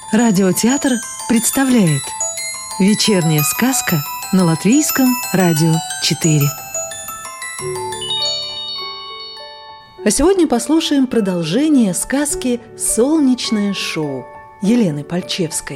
Радиотеатр представляет «Вечерняя сказка» на Латвийском радио 4. А сегодня послушаем продолжение сказки «Солнечное шоу» Елены Пальчевской.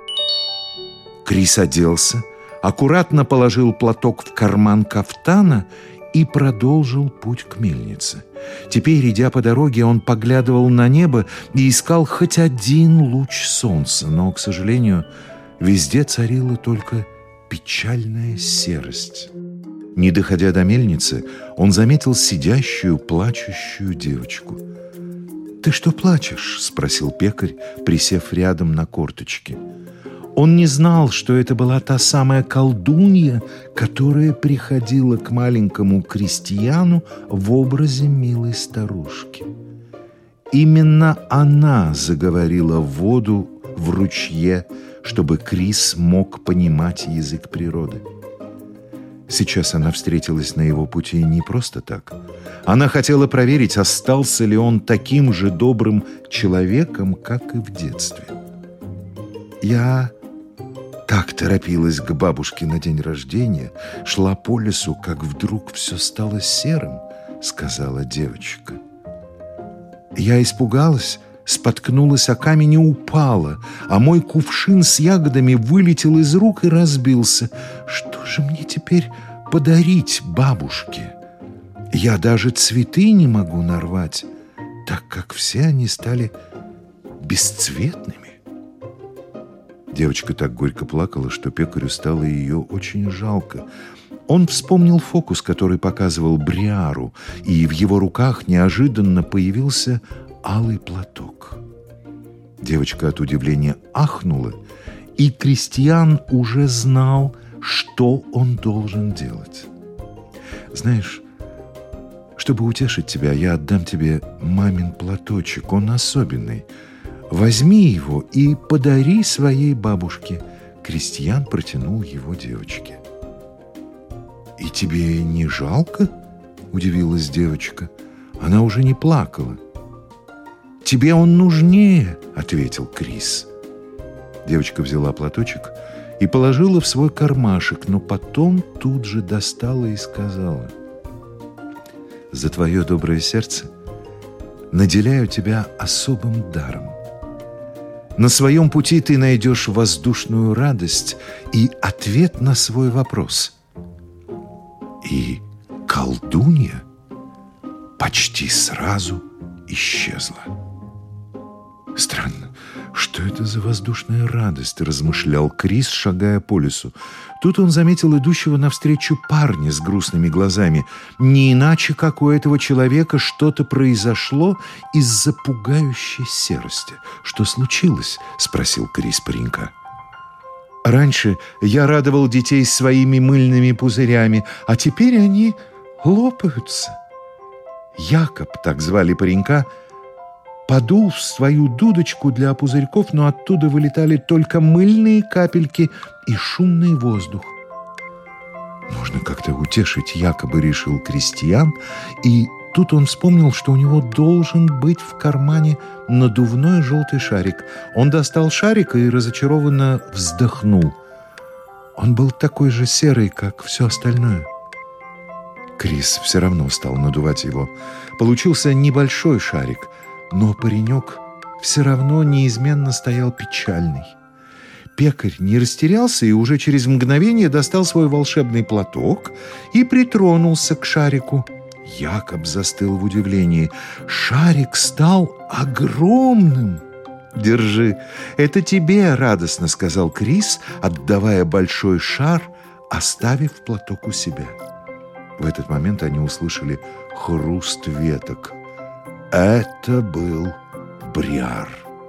Крис оделся, аккуратно положил платок в карман кафтана и продолжил путь к мельнице. Теперь, идя по дороге, он поглядывал на небо и искал хоть один луч солнца, но, к сожалению, везде царила только печальная серость. Не доходя до мельницы, он заметил сидящую, плачущую девочку. «Ты что плачешь?» – спросил пекарь, присев рядом на корточки. Он не знал, что это была та самая колдунья, которая приходила к маленькому крестьяну в образе милой старушки. Именно она заговорила в воду в ручье, чтобы Крис мог понимать язык природы. Сейчас она встретилась на его пути не просто так. Она хотела проверить, остался ли он таким же добрым человеком, как и в детстве. «Я так торопилась к бабушке на день рождения, шла по лесу, как вдруг все стало серым», — сказала девочка. «Я испугалась, споткнулась о камень и упала, а мой кувшин с ягодами вылетел из рук и разбился. Что же мне теперь подарить бабушке? Я даже цветы не могу нарвать, так как все они стали бесцветными». Девочка так горько плакала, что пекарю стало ее очень жалко. Он вспомнил фокус, который показывал Бриару, и в его руках неожиданно появился алый платок. Девочка от удивления ахнула, и крестьян уже знал, что он должен делать. «Знаешь, чтобы утешить тебя, я отдам тебе мамин платочек, он особенный. Возьми его и подари своей бабушке». Крестьян протянул его девочке. «И тебе не жалко?» – удивилась девочка. Она уже не плакала. «Тебе он нужнее», – ответил Крис. Девочка взяла платочек и положила в свой кармашек, но потом тут же достала и сказала: «За твое доброе сердце наделяю тебя особым даром. На своем пути ты найдешь воздушную радость и ответ на свой вопрос». И колдунья почти сразу исчезла. «Странно, что это за воздушная радость?» – размышлял Крис, шагая по лесу. Тут он заметил идущего навстречу парня с грустными глазами. Не иначе, как у этого человека что-то произошло из-за пугающей серости. «Что случилось?» – спросил Крис паренька. «Раньше я радовал детей своими мыльными пузырями, а теперь они лопаются». Якоб, так звали паренька, подул в свою дудочку для пузырьков, но оттуда вылетали только мыльные капельки и шумный воздух. «Нужно как-то утешить Якоба», — решил крестьян, и тут он вспомнил, что у него должен быть в кармане надувной желтый шарик. Он достал шарик и разочарованно вздохнул. Он был такой же серый, как все остальное. Крис все равно стал надувать его. Получился небольшой шарик, но паренек все равно неизменно стоял печальный. Пекарь не растерялся и уже через мгновение достал свой волшебный платок и притронулся к шарику. Якоб застыл в удивлении. Шарик стал огромным. «Держи, это тебе», — радостно сказал Крис, отдавая большой шар, оставив платок у себя. В этот момент они услышали хруст веток. Это был Бриар.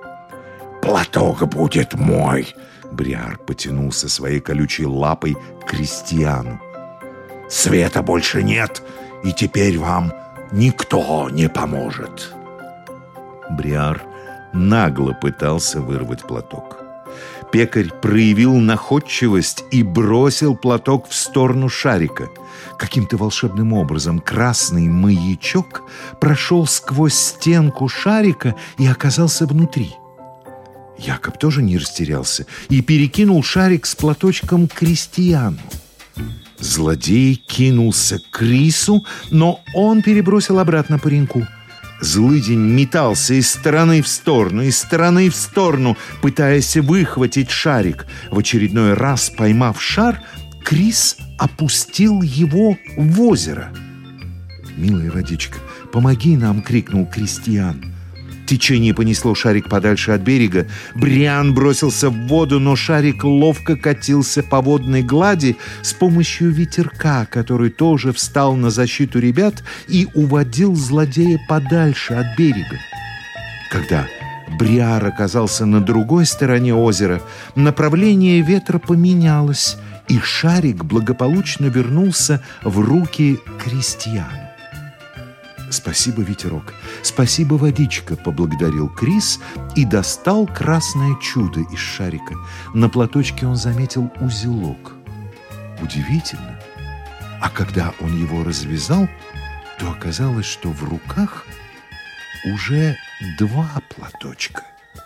«Платок будет мой!» Бриар потянулся своей колючей лапой к крестьяну. «Света больше нет, и теперь вам никто не поможет!» Бриар нагло пытался вырвать платок. Пекарь проявил находчивость и бросил платок в сторону шарика. Каким-то волшебным образом красный маячок прошел сквозь стенку шарика и оказался внутри. Якоб тоже не растерялся и перекинул шарик с платочком Кристиану. Злодей кинулся к Крису, но он перебросил обратно пареньку. Злыдень метался из стороны в сторону, пытаясь выхватить шарик. В очередной раз, поймав шар, Крис опустил его в озеро. «Милая водичка, помоги нам!» — крикнул Кристиан. Течение понесло шарик подальше от берега. Бриан бросился в воду, но шарик ловко катился по водной глади с помощью ветерка, который тоже встал на защиту ребят и уводил злодея подальше от берега. Когда Бриар оказался на другой стороне озера, направление ветра поменялось, и шарик благополучно вернулся в руки Кристиану. «Спасибо, ветерок! Спасибо, водичка!» — поблагодарил Крис и достал красное чудо из шарика. На платочке он заметил узелок. Удивительно! А когда он его развязал, то оказалось, что в руках уже 2 платочка.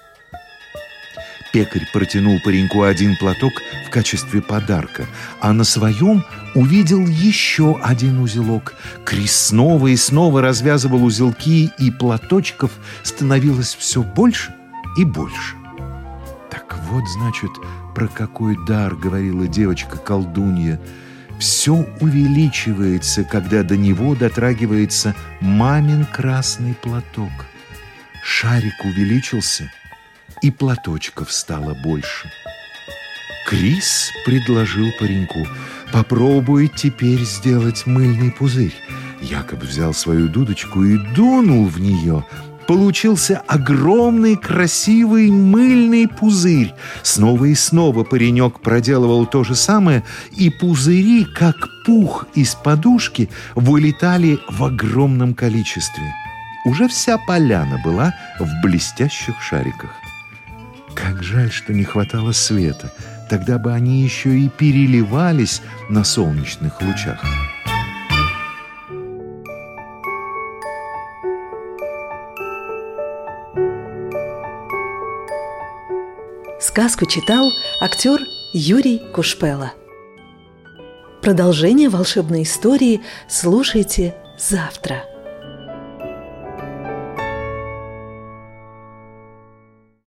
Пекарь протянул пареньку 1 платок в качестве подарка, а на своем увидел еще 1 узелок. Крис снова и снова развязывал узелки, и платочков становилось все больше и больше. Так вот, значит, про какой дар говорила девочка-колдунья. Все увеличивается, когда до него дотрагивается мамин красный платок. Шарик увеличился, и платочков стало больше. Крис предложил пареньку: «Попробуй теперь сделать мыльный пузырь». Якоб взял свою дудочку и дунул в нее. Получился огромный красивый мыльный пузырь. Снова и снова паренек проделывал то же самое, и пузыри, как пух из подушки, вылетали в огромном количестве. Уже вся поляна была в блестящих шариках. Как жаль, что не хватало света. Тогда бы они еще и переливались на солнечных лучах. Сказку читал актер Юрий Кушпела. Продолжение волшебной истории слушайте завтра.